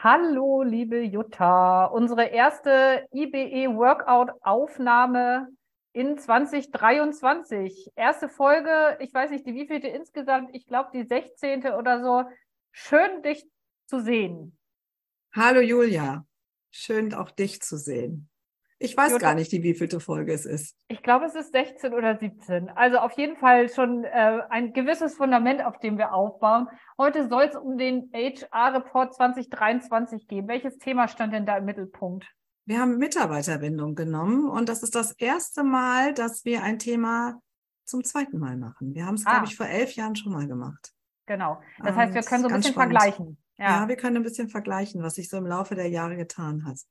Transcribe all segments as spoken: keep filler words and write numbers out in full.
Hallo, liebe Jutta. Unsere erste I B E-Workout-Aufnahme in zwanzig dreiundzwanzig. Erste Folge, ich weiß nicht, die wievielte insgesamt, ich glaube die sechzehnte oder so. Schön, dich zu sehen. Hallo Julia, schön auch dich zu sehen. Ich weiß gar Jutta, nicht, die wievielte Folge es ist. ich glaube, es ist sechzehn oder siebzehn. Also auf jeden Fall schon äh, ein gewisses Fundament, auf dem wir aufbauen. Heute soll es um den H R-Report zwanzig dreiundzwanzig gehen. Welches Thema stand denn da im Mittelpunkt? Wir haben Mitarbeiterbindung genommen und das ist das erste Mal, dass wir ein Thema zum zweiten Mal machen. Wir haben es, glaube Ah, ich, vor elf Jahren schon mal gemacht. genau. Das heißt, wir Und können so ein ganz bisschen spannend. vergleichen. Ja, Ja. wir können ein bisschen vergleichen, was sich so im Laufe der Jahre getan hat.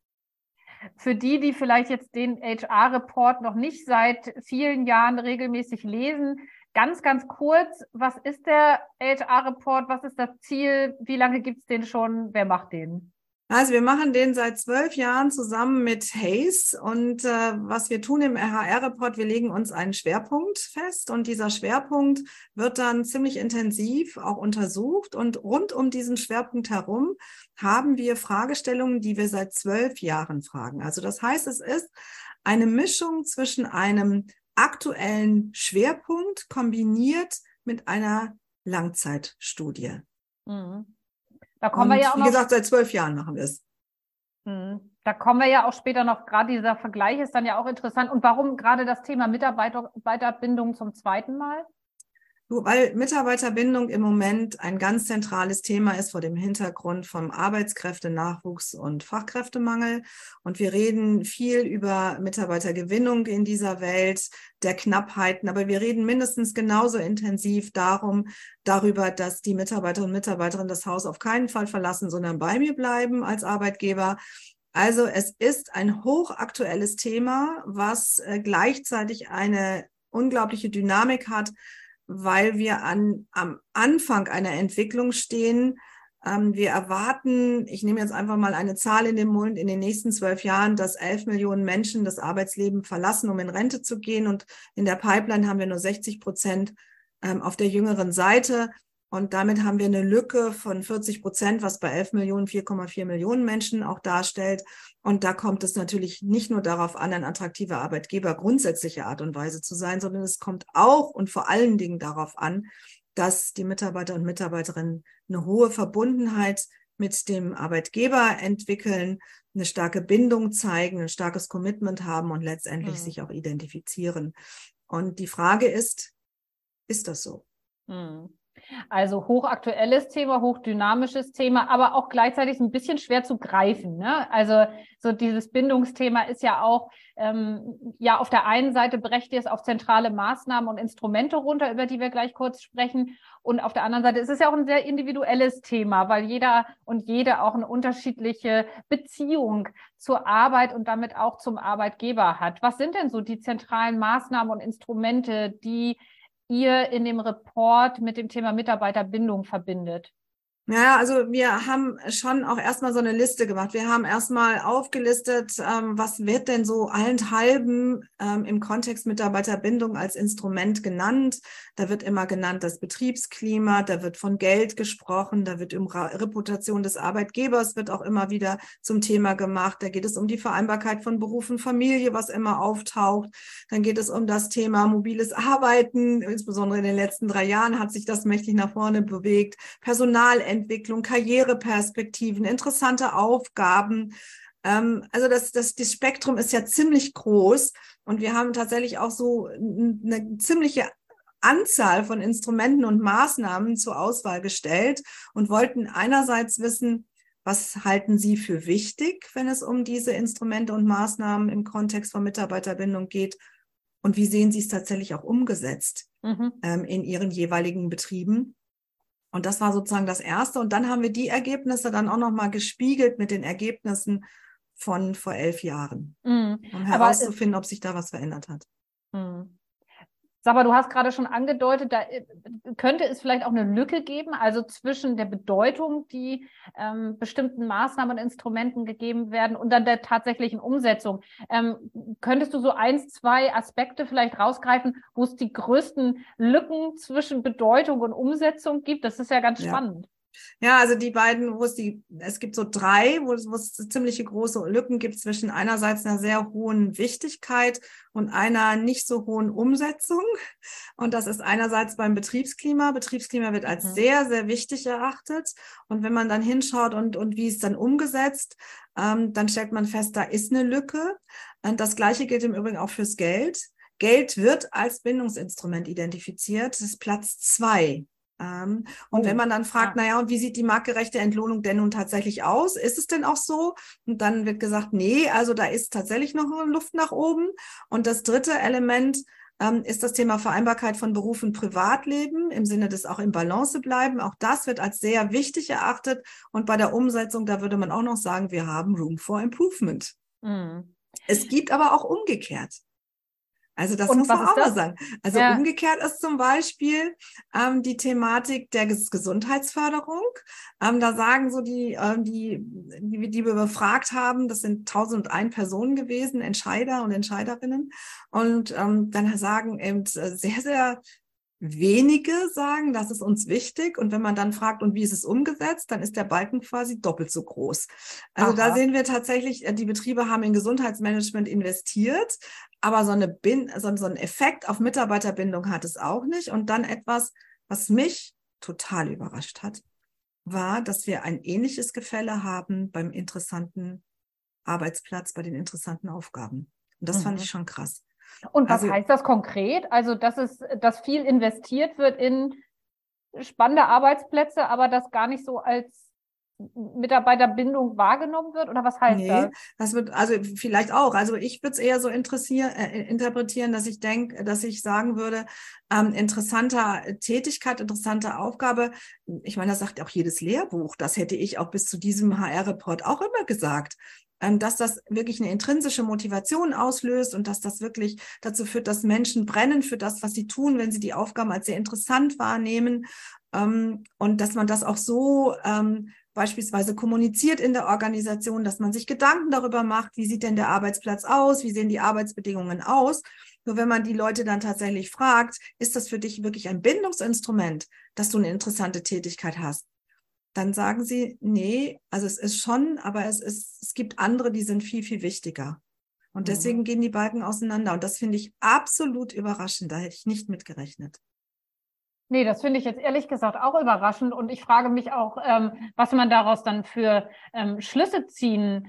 Für die, die vielleicht jetzt den H R-Report noch nicht seit vielen Jahren regelmäßig lesen, ganz, ganz kurz, was ist der H R-Report? Was ist das Ziel? Wie lange gibt es den schon? Wer macht den? Also wir machen den seit zwölf Jahren zusammen mit Hays und äh, was wir tun im H R-Report, wir legen uns einen Schwerpunkt fest und dieser Schwerpunkt wird dann ziemlich intensiv auch untersucht und rund um diesen Schwerpunkt herum haben wir Fragestellungen, die wir seit zwölf Jahren fragen. Also das heißt, es ist eine Mischung zwischen einem aktuellen Schwerpunkt kombiniert mit einer Langzeitstudie. Mhm. Da kommen wir ja Und auch wie noch, gesagt, seit zwölf Jahren machen wir es. mhm. Da kommen wir ja auch später noch, gerade dieser Vergleich ist dann ja auch interessant. Und warum gerade das Thema Mitarbeiter, Mitarbeiterbindung zum zweiten Mal? Du, weil Mitarbeiterbindung im Moment ein ganz zentrales Thema ist vor dem Hintergrund vom Arbeitskräftenachwuchs und Fachkräftemangel. Und wir reden viel über Mitarbeitergewinnung in dieser Welt, der Knappheiten. Aber wir reden mindestens genauso intensiv darum, darüber, dass die Mitarbeiter und Mitarbeiterinnen das Haus auf keinen Fall verlassen, sondern bei mir bleiben als Arbeitgeber. Also es ist ein hochaktuelles Thema, was äh, gleichzeitig eine unglaubliche Dynamik hat, weil wir an, am Anfang einer Entwicklung stehen. Ähm, wir erwarten, ich nehme jetzt einfach mal eine Zahl in den Mund, in den nächsten zwölf Jahren, dass elf Millionen Menschen das Arbeitsleben verlassen, um in Rente zu gehen. Und in der Pipeline haben wir nur sechzig Prozent ähm, auf der jüngeren Seite. Und damit haben wir eine Lücke von vierzig Prozent, was bei elf Millionen vier Komma vier Millionen Menschen auch darstellt. Und da kommt es natürlich nicht nur darauf an, ein attraktiver Arbeitgeber grundsätzlicher Art und Weise zu sein, sondern es kommt auch und vor allen Dingen darauf an, dass die Mitarbeiter und Mitarbeiterinnen eine hohe Verbundenheit mit dem Arbeitgeber entwickeln, eine starke Bindung zeigen, ein starkes Commitment haben und letztendlich Mhm. sich auch identifizieren. Und die Frage ist, ist das so? Mhm. Also hochaktuelles Thema, hochdynamisches Thema, aber auch gleichzeitig ein bisschen schwer zu greifen. Ne? Also so dieses Bindungsthema ist ja auch, ähm, ja, auf der einen Seite brecht ihr es auf zentrale Maßnahmen und Instrumente runter, über die wir gleich kurz sprechen. Und auf der anderen Seite ist es ja auch ein sehr individuelles Thema, weil jeder und jede auch eine unterschiedliche Beziehung zur Arbeit und damit auch zum Arbeitgeber hat. Was sind denn so die zentralen Maßnahmen und Instrumente, die ihr in dem Report mit dem Thema Mitarbeiterbindung verbindet? Ja, also wir haben schon auch erstmal so eine Liste gemacht. Wir haben erstmal aufgelistet, ähm, was wird denn so allenthalben ähm, im Kontext Mitarbeiterbindung als Instrument genannt. Da wird immer genannt das Betriebsklima, da wird von Geld gesprochen, da wird um Reputation des Arbeitgebers wird auch immer wieder zum Thema gemacht. Da geht es um die Vereinbarkeit von Beruf und Familie, was immer auftaucht. Dann geht es um das Thema mobiles Arbeiten. Insbesondere in den letzten drei Jahren hat sich das mächtig nach vorne bewegt. Personalentwicklung, Karriereperspektiven, interessante Aufgaben. Ähm, also das, das, das Spektrum ist ja ziemlich groß und wir haben tatsächlich auch so eine ziemliche Anzahl von Instrumenten und Maßnahmen zur Auswahl gestellt und wollten einerseits wissen, was halten Sie für wichtig, wenn es um diese Instrumente und Maßnahmen im Kontext von Mitarbeiterbindung geht? Und wie sehen Sie es tatsächlich auch umgesetzt Mhm. ähm, in Ihren jeweiligen Betrieben? Und das war sozusagen das Erste. Und dann haben wir die Ergebnisse dann auch nochmal gespiegelt mit den Ergebnissen von vor elf Jahren, Mhm. um Aber äh, herauszufinden, ob sich da was verändert hat. mhm. Sag mal, du hast gerade schon angedeutet, da äh, könnte es vielleicht auch eine Lücke geben, also zwischen der Bedeutung, die ähm, bestimmten Maßnahmen und Instrumenten gegeben werden und dann der tatsächlichen Umsetzung. Ähm, könntest du so eins, zwei Aspekte vielleicht rausgreifen, wo es die größten Lücken zwischen Bedeutung und Umsetzung gibt? Das ist ja ganz Ja. spannend. Ja, also die beiden, wo es die, es gibt so drei, wo es, wo es ziemliche große Lücken gibt zwischen einerseits einer sehr hohen Wichtigkeit und einer nicht so hohen Umsetzung. Und das ist einerseits beim Betriebsklima. Betriebsklima wird als Mhm. sehr, sehr wichtig erachtet. Und wenn man dann hinschaut und, und wie es dann umgesetzt, ähm, dann stellt man fest, da ist eine Lücke. Und das Gleiche gilt im Übrigen auch fürs Geld. Geld wird als Bindungsinstrument identifiziert. Das ist Platz zwei. Ähm, und Oh, wenn man dann fragt, ja. naja, und wie sieht die marktgerechte Entlohnung denn nun tatsächlich aus? Ist es denn auch so? Und dann wird gesagt, nee, also da ist tatsächlich noch Luft nach oben. Und das dritte Element ähm, ist das Thema Vereinbarkeit von Beruf und Privatleben im Sinne des auch im Balance bleiben. Auch das wird als sehr wichtig erachtet. Und bei der Umsetzung, da würde man auch noch sagen, wir haben Room for Improvement. Mhm. Es gibt aber auch umgekehrt. Also das Und muss was man ist auch mal das? sagen. Also Ja. umgekehrt ist zum Beispiel ähm, die Thematik der Ges Gesundheitsförderung. Ähm, da sagen so die, ähm, die, die, die wir befragt haben, das sind tausendundeins Personen gewesen, Entscheider und Entscheiderinnen. Und ähm, dann sagen eben sehr, sehr wenige sagen, das ist uns wichtig. Und wenn man dann fragt, und wie ist es umgesetzt, dann ist der Balken quasi doppelt so groß. Also da Aha. sehen wir tatsächlich, die Betriebe haben in Gesundheitsmanagement investiert, aber so, eine Bin so, so einen Effekt auf Mitarbeiterbindung hat es auch nicht. Und dann etwas, was mich total überrascht hat, war, dass wir ein ähnliches Gefälle haben beim interessanten Arbeitsplatz, bei den interessanten Aufgaben. Und das fand ich Mhm. schon krass. Und was Also heißt das konkret? Also, dass es, dass viel investiert wird in spannende Arbeitsplätze, aber das gar nicht so als Mitarbeiterbindung wahrgenommen wird? Oder was heißt nee, das? das wird, also vielleicht auch. Also ich würde es eher so interessieren, äh, interpretieren, dass ich denke, dass ich sagen würde, ähm, interessanter Tätigkeit, interessante Aufgabe. Ich meine, das sagt auch jedes Lehrbuch. Das hätte ich auch bis zu diesem H R-Report auch immer gesagt. Ähm, dass das wirklich eine intrinsische Motivation auslöst und dass das wirklich dazu führt, dass Menschen brennen für das, was sie tun, wenn sie die Aufgaben als sehr interessant wahrnehmen. Ähm, und dass man das auch so ähm, beispielsweise kommuniziert in der Organisation, dass man sich Gedanken darüber macht, wie sieht denn der Arbeitsplatz aus, wie sehen die Arbeitsbedingungen aus. Nur wenn man die Leute dann tatsächlich fragt, ist das für dich wirklich ein Bindungsinstrument, dass du eine interessante Tätigkeit hast, dann sagen sie, nee, also es ist schon, aber es ist, es gibt andere, die sind viel, viel wichtiger. Und deswegen Mhm. gehen die Balken auseinander. Und das finde ich absolut überraschend. Da hätte ich nicht mit gerechnet. Nee, das finde ich jetzt ehrlich gesagt auch überraschend. Und ich frage mich auch, ähm, was man daraus dann für ähm, Schlüsse ziehen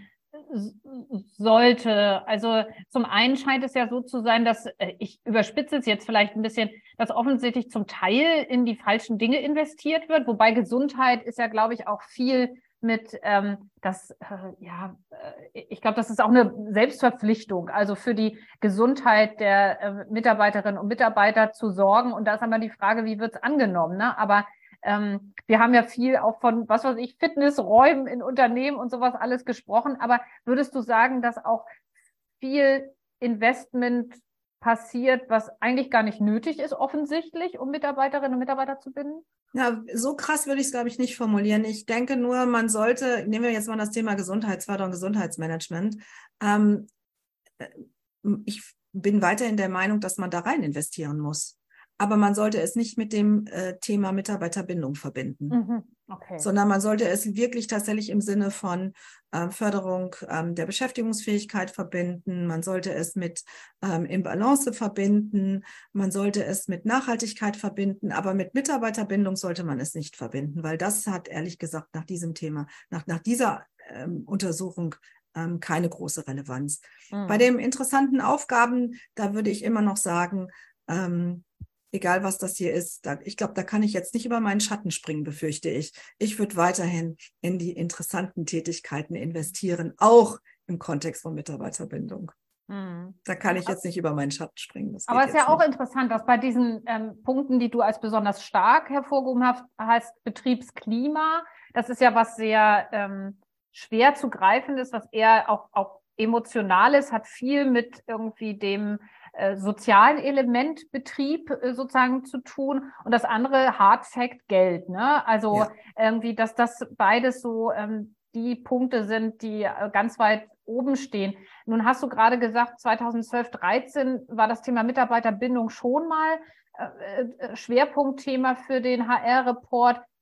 sollte. Also zum einen scheint es ja so zu sein, dass, äh, ich überspitze es jetzt vielleicht ein bisschen, dass offensichtlich zum Teil in die falschen Dinge investiert wird. Wobei Gesundheit ist ja, glaube ich, auch viel mit, ähm, das, äh, ja, äh, ich glaube, das ist auch eine Selbstverpflichtung, also für die Gesundheit der äh, Mitarbeiterinnen und Mitarbeiter zu sorgen. Und da ist einmal die Frage, wie wird es angenommen, ne? Aber ähm, wir haben ja viel auch von, was weiß ich, Fitnessräumen in Unternehmen und sowas alles gesprochen. Aber würdest du sagen, dass auch viel Investment passiert, was eigentlich gar nicht nötig ist, offensichtlich, um Mitarbeiterinnen und Mitarbeiter zu binden? Ja, so krass würde ich es, glaube ich, nicht formulieren. Ich denke nur, man sollte, nehmen wir jetzt mal das Thema Gesundheitsförderung, Gesundheitsmanagement. Ähm, ich bin weiterhin der Meinung, dass man da rein investieren muss. Aber man sollte es nicht mit dem äh, Thema Mitarbeiterbindung verbinden. Mhm. Okay. Sondern man sollte es wirklich tatsächlich im Sinne von äh, Förderung ähm, der Beschäftigungsfähigkeit verbinden. Man sollte es mit ähm, Imbalance verbinden. Man sollte es mit Nachhaltigkeit verbinden. Aber mit Mitarbeiterbindung sollte man es nicht verbinden, weil das hat ehrlich gesagt nach diesem Thema, nach, nach dieser ähm, Untersuchung ähm, keine große Relevanz. Mhm. Bei den interessanten Aufgaben, da würde ich immer noch sagen, ähm, egal was das hier ist, da, ich glaube, da kann ich jetzt nicht über meinen Schatten springen, befürchte ich. Ich würde weiterhin in die interessanten Tätigkeiten investieren, auch im Kontext von Mitarbeiterbindung. Mhm. Da kann ich jetzt nicht über meinen Schatten springen. Das Aber geht es ist ja jetzt auch nicht. interessant, dass bei diesen ähm, Punkten, die du als besonders stark hervorgehoben hast, heißt Betriebsklima, das ist ja was sehr ähm, schwer zu greifen ist, was eher auch, auch emotional ist, hat viel mit irgendwie dem äh, sozialen Element Betrieb äh, sozusagen zu tun. Und das andere Hard Fact Geld, ne? Also Ja. irgendwie, dass das beides so ähm, die Punkte sind, die äh, ganz weit oben stehen. Nun hast du gerade gesagt, zweitausendzwölf, dreizehn war das Thema Mitarbeiterbindung schon mal äh, äh, Schwerpunktthema für den H R-Report.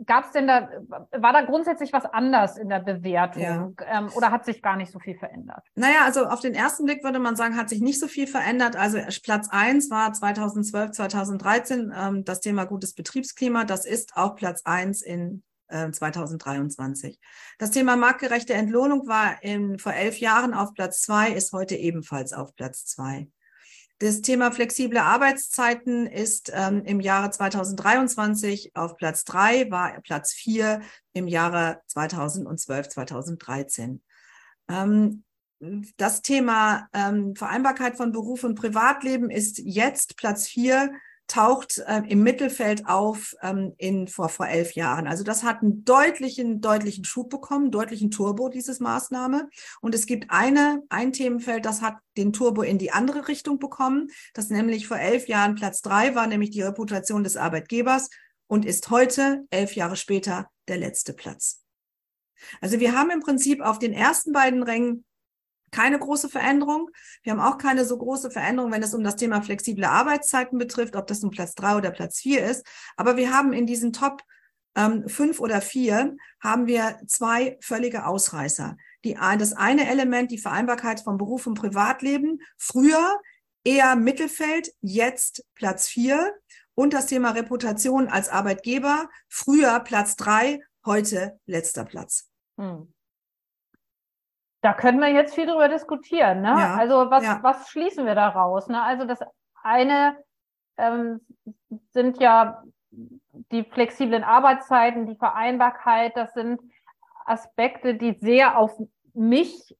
gab es denn da, war da grundsätzlich was anders in der Bewertung Ja. ähm, oder hat sich gar nicht so viel verändert? Naja, also auf den ersten Blick würde man sagen, hat sich nicht so viel verändert. Also Platz eins war zweitausendzwölf, zweitausenddreizehn ähm, das Thema gutes Betriebsklima. Das ist auch Platz eins in äh, zweitausenddreiundzwanzig. Das Thema marktgerechte Entlohnung war in, vor elf Jahren auf Platz zwei, ist heute ebenfalls auf Platz zwei. Das Thema flexible Arbeitszeiten ist ähm, im Jahre zweitausenddreiundzwanzig auf Platz drei, war Platz vier im Jahre zweitausendzwölf, zweitausenddreizehn. Ähm, das Thema ähm, Vereinbarkeit von Beruf und Privatleben ist jetzt Platz vier, taucht äh, im Mittelfeld auf ähm, in, vor, vor elf Jahren. Also das hat einen deutlichen, deutlichen Schub bekommen, deutlichen Turbo, dieses Maßnahme. Und es gibt eine, ein Themenfeld, das hat den Turbo in die andere Richtung bekommen, das nämlich vor elf Jahren Platz drei war, nämlich die Reputation des Arbeitgebers und ist heute, elf Jahre später, der letzte Platz. Also wir haben im Prinzip auf den ersten beiden Rängen keine große Veränderung. Wir haben auch keine so große Veränderung, wenn es um das Thema flexible Arbeitszeiten betrifft, ob das nun Platz drei oder Platz vier ist. Aber wir haben in diesen Top ähm, fünf oder vier haben wir zwei völlige Ausreißer. Die, das eine Element, die Vereinbarkeit von Beruf und Privatleben, früher eher Mittelfeld, jetzt Platz vier. Und das Thema Reputation als Arbeitgeber, früher Platz drei, heute letzter Platz. Hm. Da können wir jetzt viel drüber diskutieren, ne? Ja, also was, ja. was schließen wir daraus? Ne? Also das eine ähm, sind ja die flexiblen Arbeitszeiten, die Vereinbarkeit, das sind Aspekte, die sehr auf mich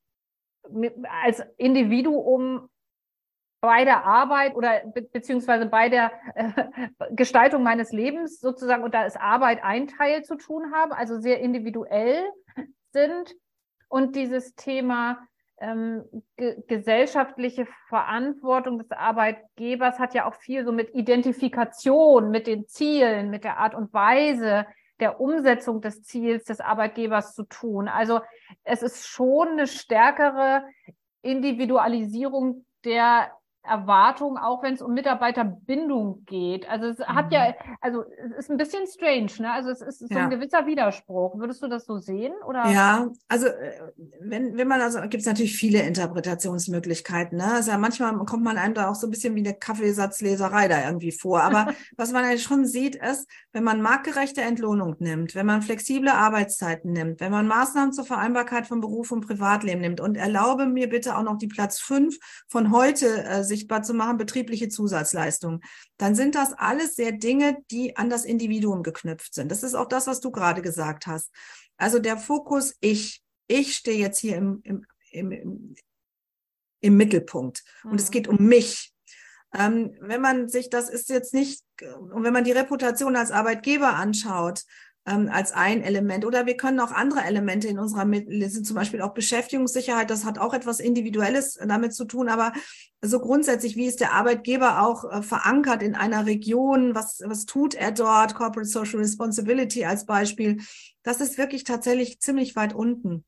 als Individuum bei der Arbeit oder be beziehungsweise bei der äh, Gestaltung meines Lebens sozusagen, und da ist Arbeit ein Teil zu tun haben, also sehr individuell sind. Und dieses Thema ähm, ge gesellschaftliche Verantwortung des Arbeitgebers hat ja auch viel so mit Identifikation, mit den Zielen, mit der Art und Weise der Umsetzung des Ziels des Arbeitgebers zu tun. Also es ist schon eine stärkere Individualisierung der Erwartung, auch wenn es um Mitarbeiterbindung geht. Also es hat mhm. ja, also es ist ein bisschen strange, ne? Also es ist so ja. ein gewisser Widerspruch. Würdest du das so sehen? Oder? Ja, also wenn, wenn man, also gibt es natürlich viele Interpretationsmöglichkeiten, ne? Also ja, manchmal kommt man einem da auch so ein bisschen wie eine Kaffeesatzleserei da irgendwie vor. Aber was man ja schon sieht, ist, wenn man marktgerechte Entlohnung nimmt, wenn man flexible Arbeitszeiten nimmt, wenn man Maßnahmen zur Vereinbarkeit von Beruf und Privatleben nimmt, und erlaube mir bitte auch noch die Platz fünf von heute äh, sichtbar zu machen, betriebliche Zusatzleistungen, dann sind das alles sehr Dinge, die an das Individuum geknüpft sind. Das ist auch das, was du gerade gesagt hast. Also der Fokus, ich, ich stehe jetzt hier im, im, im, im Mittelpunkt und mhm. es geht um mich. Ähm, wenn man sich, das ist jetzt nicht, und wenn man die Reputation als Arbeitgeber anschaut, ähm, als ein Element, oder wir können auch andere Elemente in unserer Mitte, sind zum Beispiel auch Beschäftigungssicherheit, das hat auch etwas Individuelles damit zu tun, aber so grundsätzlich, wie ist der Arbeitgeber auch äh, verankert in einer Region, was, was tut er dort, Corporate Social Responsibility als Beispiel, das ist wirklich tatsächlich ziemlich weit unten.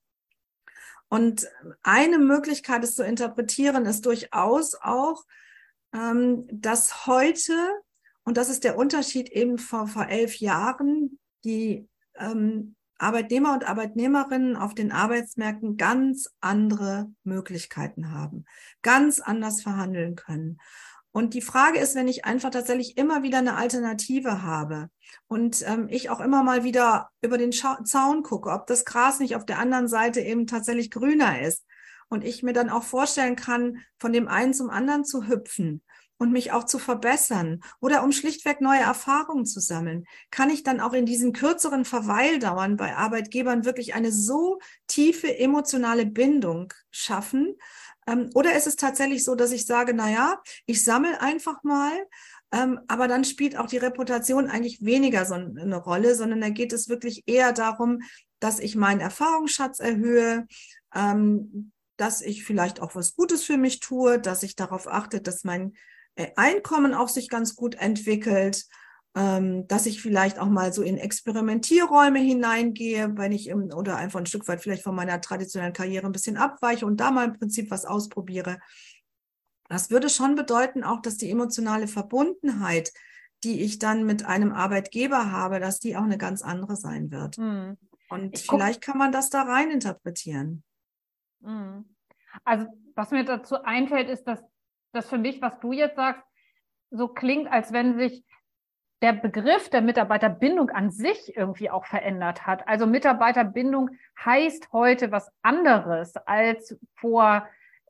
Und eine Möglichkeit, es zu interpretieren, ist durchaus auch, ähm, dass heute, und das ist der Unterschied eben vor, vor elf Jahren, die ähm, Arbeitnehmer und Arbeitnehmerinnen auf den Arbeitsmärkten ganz andere Möglichkeiten haben, ganz anders verhandeln können. Und die Frage ist, wenn ich einfach tatsächlich immer wieder eine Alternative habe und ähm, ich auch immer mal wieder über den Scha- Zaun gucke, ob das Gras nicht auf der anderen Seite eben tatsächlich grüner ist und ich mir dann auch vorstellen kann, von dem einen zum anderen zu hüpfen und mich auch zu verbessern oder um schlichtweg neue Erfahrungen zu sammeln, kann ich dann auch in diesen kürzeren Verweildauern bei Arbeitgebern wirklich eine so tiefe emotionale Bindung schaffen? Ähm, oder ist es tatsächlich so, dass ich sage, na ja, ich sammle einfach mal, ähm, aber dann spielt auch die Reputation eigentlich weniger so eine Rolle, sondern da geht es wirklich eher darum, dass ich meinen Erfahrungsschatz erhöhe, ähm, dass ich vielleicht auch was Gutes für mich tue, dass ich darauf achte, dass mein Einkommen auch sich ganz gut entwickelt, ähm, dass ich vielleicht auch mal so in Experimentierräume hineingehe, wenn ich im, oder einfach ein Stück weit vielleicht von meiner traditionellen Karriere ein bisschen abweiche und da mal im Prinzip was ausprobiere. Das würde schon bedeuten auch, dass die emotionale Verbundenheit, die ich dann mit einem Arbeitgeber habe, dass die auch eine ganz andere sein wird. Mhm. Und Ich guck, vielleicht kann man das da rein interpretieren. mhm. Also was mir dazu einfällt, ist, dass das für mich, was du jetzt sagst, so klingt, als wenn sich der Begriff der Mitarbeiterbindung an sich irgendwie auch verändert hat. Also Mitarbeiterbindung heißt heute was anderes als vor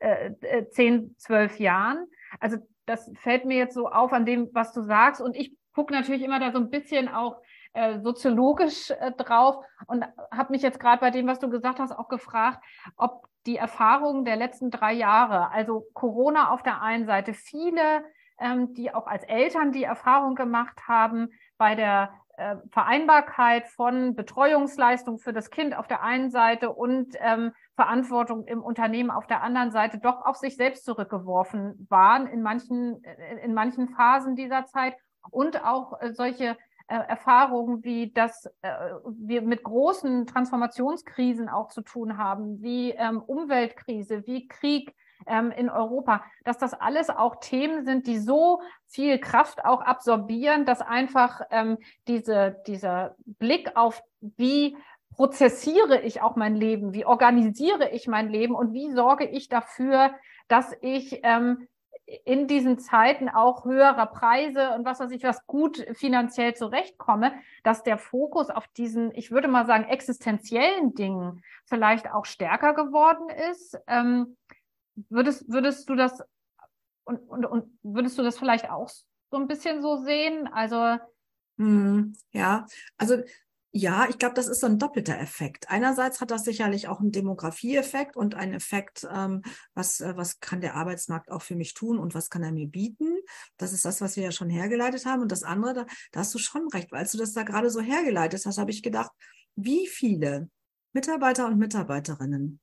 äh, zehn, zwölf Jahren. Also das fällt mir jetzt so auf an dem, was du sagst. Und ich gucke natürlich immer da so ein bisschen auch äh, soziologisch äh, drauf und habe mich jetzt gerade bei dem, was du gesagt hast, auch gefragt, ob die Erfahrungen der letzten drei Jahre, also Corona auf der einen Seite, viele, ähm, die auch als Eltern die Erfahrung gemacht haben, bei der äh, Vereinbarkeit von Betreuungsleistung für das Kind auf der einen Seite und ähm, Verantwortung im Unternehmen auf der anderen Seite doch auf sich selbst zurückgeworfen waren in manchen, in manchen Phasen dieser Zeit und auch äh, solche äh, Erfahrungen, wie dass äh, wir mit großen Transformationskrisen auch zu tun haben, wie ähm, Umweltkrise, wie Krieg ähm, in Europa, dass das alles auch Themen sind, die so viel Kraft auch absorbieren, dass einfach ähm, diese, dieser Blick auf, wie prozessiere ich auch mein Leben, wie organisiere ich mein Leben und wie sorge ich dafür, dass ich ähm, in diesen Zeiten auch höherer Preise und was weiß ich, was gut finanziell zurechtkomme, dass der Fokus auf diesen, ich würde mal sagen, existenziellen Dingen vielleicht auch stärker geworden ist. Ähm, würdest, würdest du das und, und, und würdest du das vielleicht auch so ein bisschen so sehen? Also Hm, ja, also ja, ich glaube, das ist so ein doppelter Effekt. Einerseits hat das sicherlich auch einen Demografieeffekt und einen Effekt, ähm, was, äh, was kann der Arbeitsmarkt auch für mich tun und was kann er mir bieten. Das ist das, was wir ja schon hergeleitet haben. Und das andere, da, da hast du schon recht, weil als du das da gerade so hergeleitet hast, habe ich gedacht, wie viele Mitarbeiter und Mitarbeiterinnen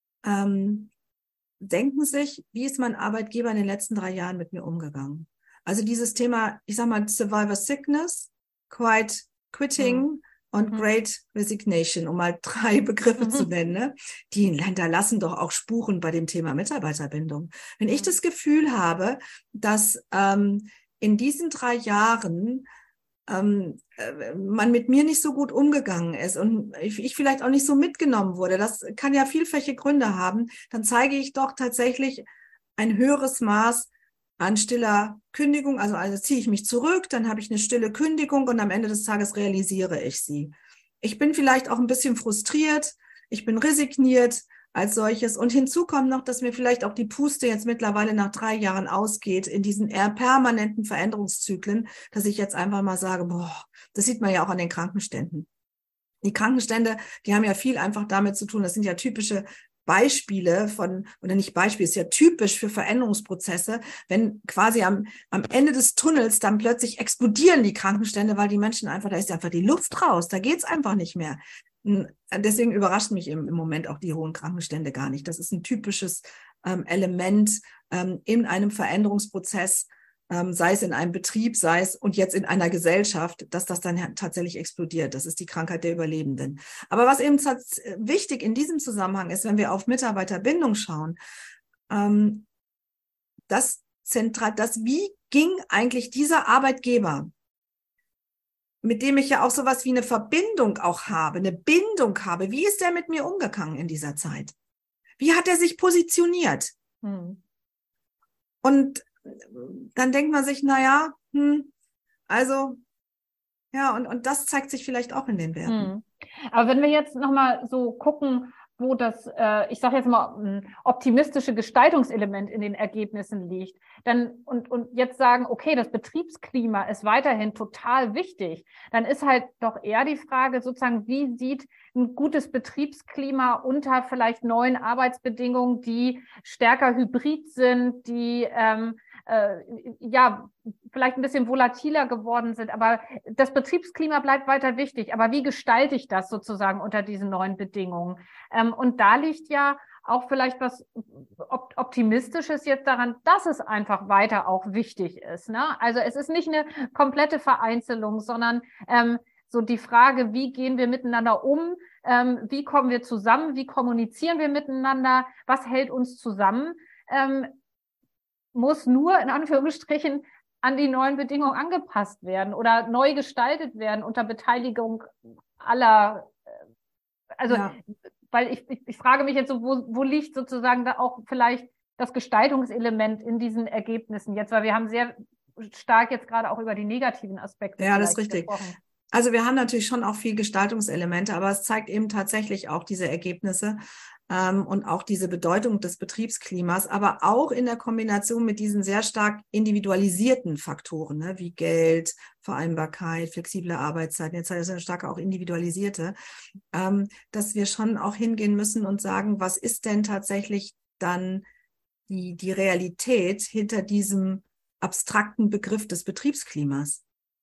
ähm, denken sich, wie ist mein Arbeitgeber in den letzten drei Jahren mit mir umgegangen? Also dieses Thema, ich sag mal, Survivor Sickness, Quiet Quitting hm. und Mhm. Great Resignation, um mal drei Begriffe zu Mhm. nennen, ne? Die hinterlassen doch auch Spuren bei dem Thema Mitarbeiterbindung. Wenn ich das Gefühl habe, dass ähm, in diesen drei Jahren ähm, äh, man mit mir nicht so gut umgegangen ist und ich, ich vielleicht auch nicht so mitgenommen wurde, das kann ja vielfältige Gründe haben, dann zeige ich doch tatsächlich ein höheres Maß an stiller Kündigung. Also, also ziehe ich mich zurück, dann habe ich eine stille Kündigung und am Ende des Tages realisiere ich sie. Ich bin vielleicht auch ein bisschen frustriert, ich bin resigniert als solches. Und hinzu kommt noch, dass mir vielleicht auch die Puste jetzt mittlerweile nach drei Jahren ausgeht in diesen eher permanenten Veränderungszyklen, dass ich jetzt einfach mal sage, boah, das sieht man ja auch an den Krankenständen. Die Krankenstände, die haben ja viel einfach damit zu tun, das sind ja typische Beispiele von, oder nicht Beispiele, ist ja typisch für Veränderungsprozesse, wenn quasi am, am Ende des Tunnels dann plötzlich explodieren die Krankenstände, weil die Menschen einfach, da ist einfach die Luft raus, da geht's einfach nicht mehr. Deswegen überrascht mich im, im Moment auch die hohen Krankenstände gar nicht. Das ist ein typisches ähm, Element ähm, in einem Veränderungsprozess, ähm, sei es in einem Betrieb, sei es und jetzt in einer Gesellschaft, dass das dann tatsächlich explodiert. Das ist die Krankheit der Überlebenden. Aber was eben wichtig in diesem Zusammenhang ist, wenn wir auf Mitarbeiterbindung schauen, ähm, das zentral, das wie ging eigentlich dieser Arbeitgeber, mit dem ich ja auch sowas wie eine Verbindung auch habe, eine Bindung habe. Wie ist der mit mir umgegangen in dieser Zeit? Wie hat er sich positioniert? Hm. Und dann denkt man sich, na ja, hm, also, ja, und, und das zeigt sich vielleicht auch in den Werten. Hm. Aber wenn wir jetzt nochmal so gucken, wo das, äh, ich sage jetzt mal, ein optimistische Gestaltungselement in den Ergebnissen liegt, dann und, und jetzt sagen, okay, das Betriebsklima ist weiterhin total wichtig, dann ist halt doch eher die Frage sozusagen, wie sieht ein gutes Betriebsklima unter vielleicht neuen Arbeitsbedingungen, die stärker hybrid sind, die ähm, äh, ja vielleicht ein bisschen volatiler geworden sind, aber das Betriebsklima bleibt weiter wichtig. Aber wie gestalte ich das sozusagen unter diesen neuen Bedingungen? Ähm, und da liegt ja auch vielleicht was Optimistisches jetzt daran, dass es einfach weiter auch wichtig ist. Ne? Also es ist nicht eine komplette Vereinzelung, sondern ähm, so die Frage, wie gehen wir miteinander um? Ähm, wie kommen wir zusammen? Wie kommunizieren wir miteinander? Was hält uns zusammen? Ähm, muss nur in Anführungsstrichen an die neuen Bedingungen angepasst werden oder neu gestaltet werden unter Beteiligung aller. Also, ja. weil ich, ich, ich frage mich jetzt so, wo, wo liegt sozusagen da auch vielleicht das Gestaltungselement in diesen Ergebnissen jetzt, weil wir haben sehr stark jetzt gerade auch über die negativen Aspekte ja, das ist richtig. gesprochen. Also wir haben natürlich schon auch viel Gestaltungselemente, aber es zeigt eben tatsächlich auch diese Ergebnisse ähm, und auch diese Bedeutung des Betriebsklimas, aber auch in der Kombination mit diesen sehr stark individualisierten Faktoren, ne, wie Geld, Vereinbarkeit, flexible Arbeitszeiten, jetzt sind stark auch individualisierte, ähm, dass wir schon auch hingehen müssen und sagen, was ist denn tatsächlich dann die, die Realität hinter diesem abstrakten Begriff des Betriebsklimas?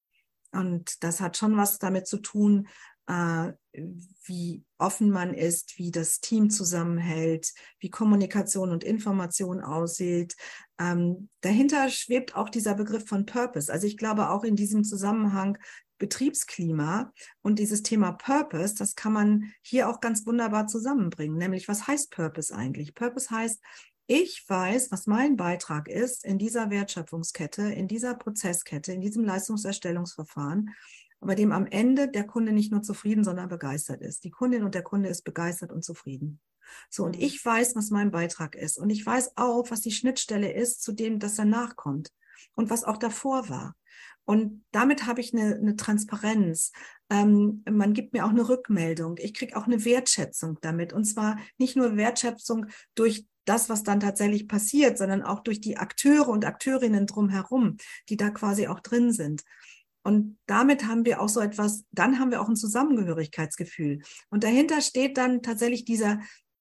Und das hat schon was damit zu tun, äh, wie offen man ist, wie das Team zusammenhält, wie Kommunikation und Information aussieht. Ähm, dahinter schwebt auch dieser Begriff von Purpose. Also ich glaube auch in diesem Zusammenhang Betriebsklima und dieses Thema Purpose, das kann man hier auch ganz wunderbar zusammenbringen. Nämlich, was heißt Purpose eigentlich? Purpose heißt, ich weiß, was mein Beitrag ist in dieser Wertschöpfungskette, in dieser Prozesskette, in diesem Leistungserstellungsverfahren, bei dem am Ende der Kunde nicht nur zufrieden, sondern begeistert ist. Die Kundin und der Kunde ist begeistert und zufrieden. So, und ich weiß, was mein Beitrag ist. Und ich weiß auch, was die Schnittstelle ist zu dem, das danach kommt und was auch davor war. Und damit habe ich eine, eine Transparenz. Ähm, man gibt mir auch eine Rückmeldung. Ich kriege auch eine Wertschätzung damit. Und zwar nicht nur Wertschätzung durch das, was dann tatsächlich passiert, sondern auch durch die Akteure und Akteurinnen drumherum, die da quasi auch drin sind. Und damit haben wir auch so etwas, dann haben wir auch ein Zusammengehörigkeitsgefühl. Und dahinter steht dann tatsächlich dieser,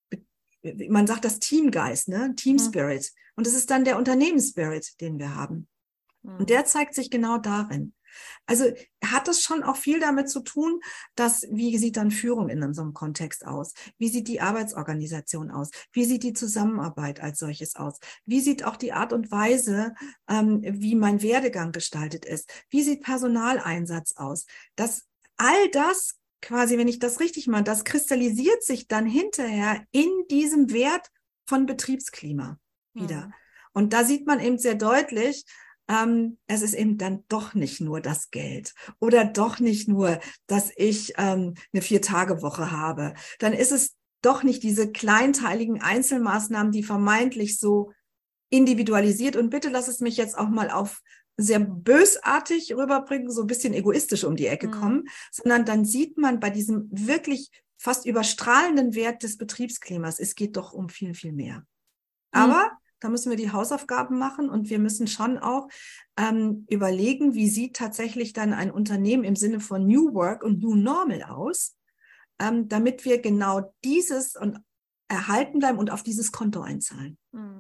man sagt das Teamgeist, ne? Team Spirit. Mhm. Und es ist dann der Unternehmensspirit, den wir haben. Mhm. Und der zeigt sich genau darin. Also hat es schon auch viel damit zu tun, dass, wie sieht dann Führung in so einem Kontext aus? Wie sieht die Arbeitsorganisation aus? Wie sieht die Zusammenarbeit als solches aus? Wie sieht auch die Art und Weise, ähm, wie mein Werdegang gestaltet ist? Wie sieht Personaleinsatz aus? Das, all das quasi, wenn ich das richtig mache, das kristallisiert sich dann hinterher in diesem Wert von Betriebsklima wieder. Mhm. Und da sieht man eben sehr deutlich, Ähm, es ist eben dann doch nicht nur das Geld oder doch nicht nur, dass ich ähm, eine Vier-Tage-Woche habe. Dann ist es doch nicht diese kleinteiligen Einzelmaßnahmen, die vermeintlich so individualisiert, und bitte lass es mich jetzt auch mal auf sehr bösartig rüberbringen, so ein bisschen egoistisch um die Ecke kommen, mhm. sondern dann sieht man bei diesem wirklich fast überstrahlenden Wert des Betriebsklimas, es geht doch um viel, viel mehr. Aber mhm. da müssen wir die Hausaufgaben machen und wir müssen schon auch ähm, überlegen, wie sieht tatsächlich dann ein Unternehmen im Sinne von New Work und New Normal aus, ähm, damit wir genau dieses und erhalten bleiben und auf dieses Konto einzahlen.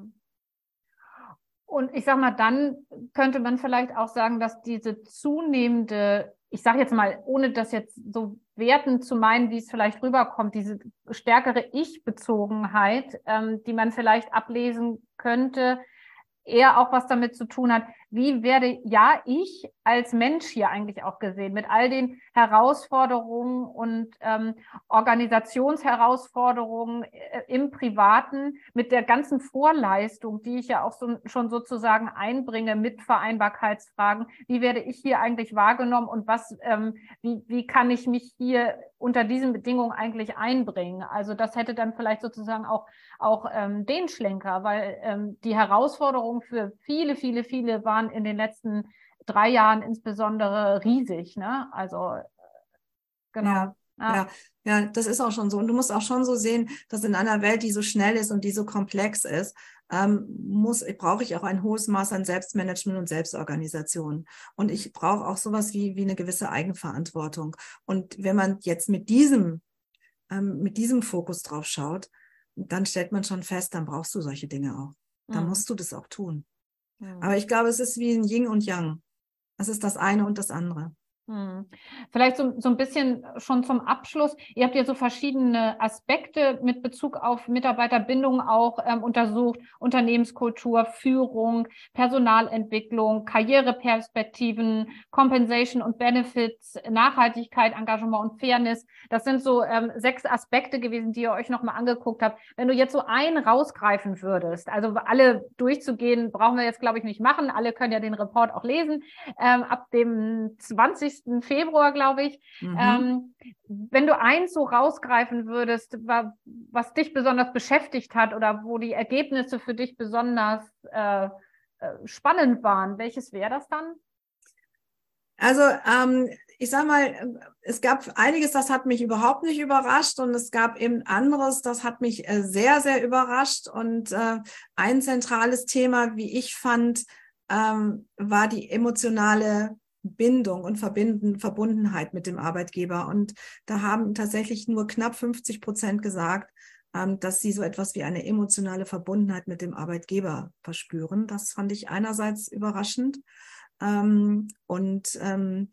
Und ich sage mal, dann könnte man vielleicht auch sagen, dass diese zunehmende, ich sage jetzt mal, ohne das jetzt so werten zu meinen, wie es vielleicht rüberkommt, diese stärkere Ich-Bezogenheit, ähm, die man vielleicht ablesen könnte, eher auch was damit zu tun hat, wie werde ja ich als Mensch hier eigentlich auch gesehen, mit all den Herausforderungen und ähm, Organisationsherausforderungen äh, im Privaten, mit der ganzen Vorleistung, die ich ja auch so, schon sozusagen einbringe mit Vereinbarkeitsfragen, wie werde ich hier eigentlich wahrgenommen und was, ähm, wie, wie kann ich mich hier unter diesen Bedingungen eigentlich einbringen? Also das hätte dann vielleicht sozusagen auch, auch ähm, den Schlenker, weil ähm, die Herausforderungen für viele, viele, viele waren in den letzten drei Jahren insbesondere riesig, ne? Also genau. Ja, ja. ja, ja, das ist auch schon so. Und du musst auch schon so sehen, dass in einer Welt, die so schnell ist und die so komplex ist, ähm, muss, brauche ich auch ein hohes Maß an Selbstmanagement und Selbstorganisation. Und ich brauche auch sowas wie, wie eine gewisse Eigenverantwortung. Und wenn man jetzt mit diesem, ähm, mit diesem Fokus drauf schaut, dann stellt man schon fest, dann brauchst du solche Dinge auch. Dann mhm. musst du das auch tun. Mhm. Aber ich glaube, es ist wie ein Yin und Yang. Es ist das eine und das andere. Hm. Vielleicht so, so ein bisschen schon zum Abschluss. Ihr habt ja so verschiedene Aspekte mit Bezug auf Mitarbeiterbindung auch ähm, untersucht. Unternehmenskultur, Führung, Personalentwicklung, Karriereperspektiven, Compensation und Benefits, Nachhaltigkeit, Engagement und Fairness. Das sind so ähm, sechs Aspekte gewesen, die ihr euch nochmal angeguckt habt. Wenn du jetzt so einen rausgreifen würdest, also alle durchzugehen, brauchen wir jetzt, glaube ich, nicht machen. Alle können ja den Report auch lesen. Ähm, ab dem zwanzigsten Februar, glaube ich. Mhm. Ähm, wenn du eins so rausgreifen würdest, was dich besonders beschäftigt hat oder wo die Ergebnisse für dich besonders äh, spannend waren, welches wäre das dann? Also ähm, ich sage mal, es gab einiges, das hat mich überhaupt nicht überrascht und es gab eben anderes, das hat mich äh, sehr, sehr überrascht. Und äh, ein zentrales Thema, wie ich fand, ähm, war die emotionale Bindung und Verbinden, Verbundenheit mit dem Arbeitgeber. Und da haben tatsächlich nur knapp fünfzig Prozent gesagt, ähm, dass sie so etwas wie eine emotionale Verbundenheit mit dem Arbeitgeber verspüren. Das fand ich einerseits überraschend. Ähm, und ähm,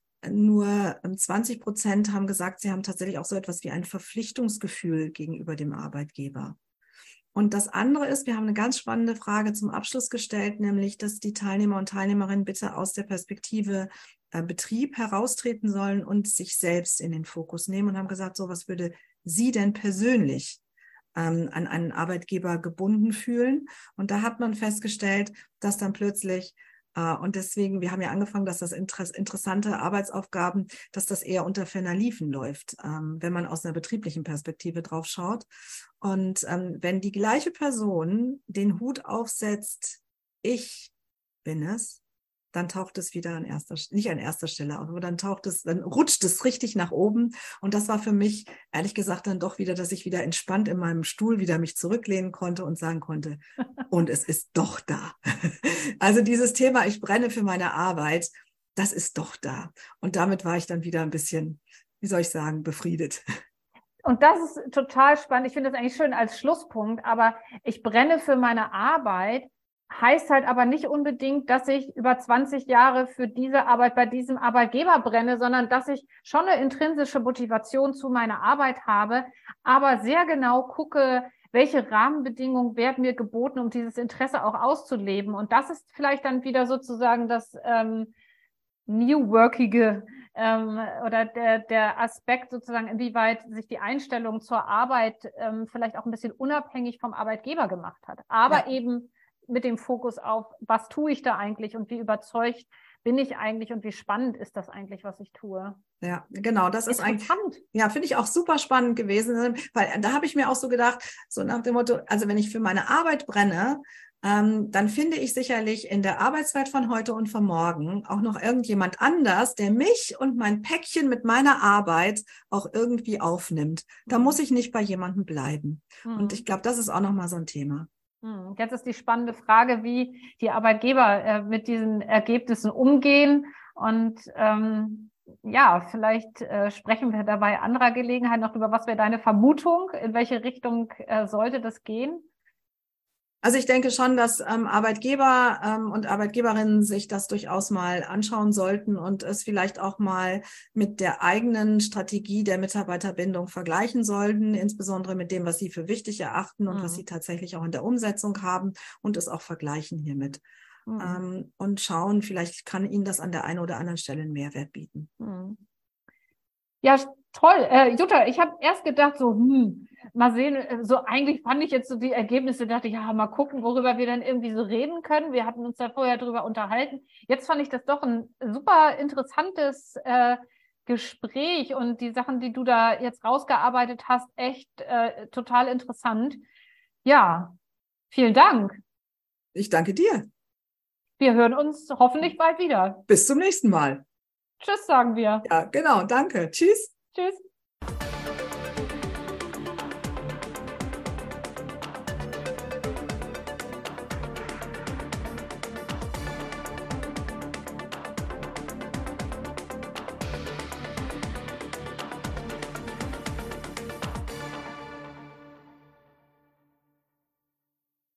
nur zwanzig Prozent haben gesagt, sie haben tatsächlich auch so etwas wie ein Verpflichtungsgefühl gegenüber dem Arbeitgeber. Und das andere ist, wir haben eine ganz spannende Frage zum Abschluss gestellt, nämlich, dass die Teilnehmer und Teilnehmerinnen bitte aus der Perspektive äh, Betrieb heraustreten sollen und sich selbst in den Fokus nehmen und haben gesagt, so, was würde Sie denn persönlich ähm, an einen Arbeitgeber gebunden fühlen? Und da hat man festgestellt, dass dann plötzlich und deswegen, wir haben ja angefangen, dass das interessante Arbeitsaufgaben, dass das eher unter ferner Liefen läuft, wenn man aus einer betrieblichen Perspektive drauf schaut. Und wenn die gleiche Person den Hut aufsetzt, ich bin es, dann taucht es wieder an erster, nicht an erster Stelle auf, aber dann taucht es, dann rutscht es richtig nach oben. Und das war für mich, ehrlich gesagt, dann doch wieder, dass ich wieder entspannt in meinem Stuhl wieder mich zurücklehnen konnte und sagen konnte, und es ist doch da. Also dieses Thema, ich brenne für meine Arbeit, das ist doch da. Und damit war ich dann wieder ein bisschen, wie soll ich sagen, befriedet. Und das ist total spannend. Ich finde das eigentlich schön als Schlusspunkt, aber ich brenne für meine Arbeit, heißt halt aber nicht unbedingt, dass ich über zwanzig Jahre für diese Arbeit bei diesem Arbeitgeber brenne, sondern dass ich schon eine intrinsische Motivation zu meiner Arbeit habe, aber sehr genau gucke, welche Rahmenbedingungen werden mir geboten, um dieses Interesse auch auszuleben. Und das ist vielleicht dann wieder sozusagen das ähm, New Workige ähm, oder der, der Aspekt sozusagen, inwieweit sich die Einstellung zur Arbeit ähm, vielleicht auch ein bisschen unabhängig vom Arbeitgeber gemacht hat. Aber ja. eben mit dem Fokus auf, was tue ich da eigentlich und wie überzeugt bin ich eigentlich und wie spannend ist das eigentlich, was ich tue. Ja, genau, das ist eigentlich, ja, finde ich auch super spannend gewesen, weil da habe ich mir auch so gedacht, so nach dem Motto, also wenn ich für meine Arbeit brenne, ähm, dann finde ich sicherlich in der Arbeitswelt von heute und von morgen auch noch irgendjemand anders, der mich und mein Päckchen mit meiner Arbeit auch irgendwie aufnimmt. Da mhm. muss ich nicht bei jemandem bleiben. Mhm. Und ich glaube, das ist auch nochmal so ein Thema. Jetzt ist die spannende Frage, wie die Arbeitgeber äh, mit diesen Ergebnissen umgehen. Und ähm, ja, vielleicht äh, sprechen wir dabei anderer Gelegenheit noch über, was wäre deine Vermutung, in welche Richtung äh, sollte das gehen? Also ich denke schon, dass ähm, Arbeitgeber ähm, und Arbeitgeberinnen sich das durchaus mal anschauen sollten und es vielleicht auch mal mit der eigenen Strategie der Mitarbeiterbindung vergleichen sollten, insbesondere mit dem, was sie für wichtig erachten und mhm. was sie tatsächlich auch in der Umsetzung haben und es auch vergleichen hiermit. Mhm. Ähm, und schauen, vielleicht kann ihnen das an der einen oder anderen Stelle einen Mehrwert bieten. Mhm. Ja, toll. Äh, Jutta, ich habe erst gedacht, so, hm, mal sehen, so eigentlich fand ich jetzt so die Ergebnisse, dachte ich, ja, mal gucken, worüber wir dann irgendwie so reden können. Wir hatten uns da vorher drüber unterhalten. Jetzt fand ich das doch ein super interessantes äh, Gespräch und die Sachen, die du da jetzt rausgearbeitet hast, echt äh, total interessant. Ja, vielen Dank. Ich danke dir. Wir hören uns hoffentlich bald wieder. Bis zum nächsten Mal. Tschüss, sagen wir. Ja, genau. Danke. Tschüss. Tschüss.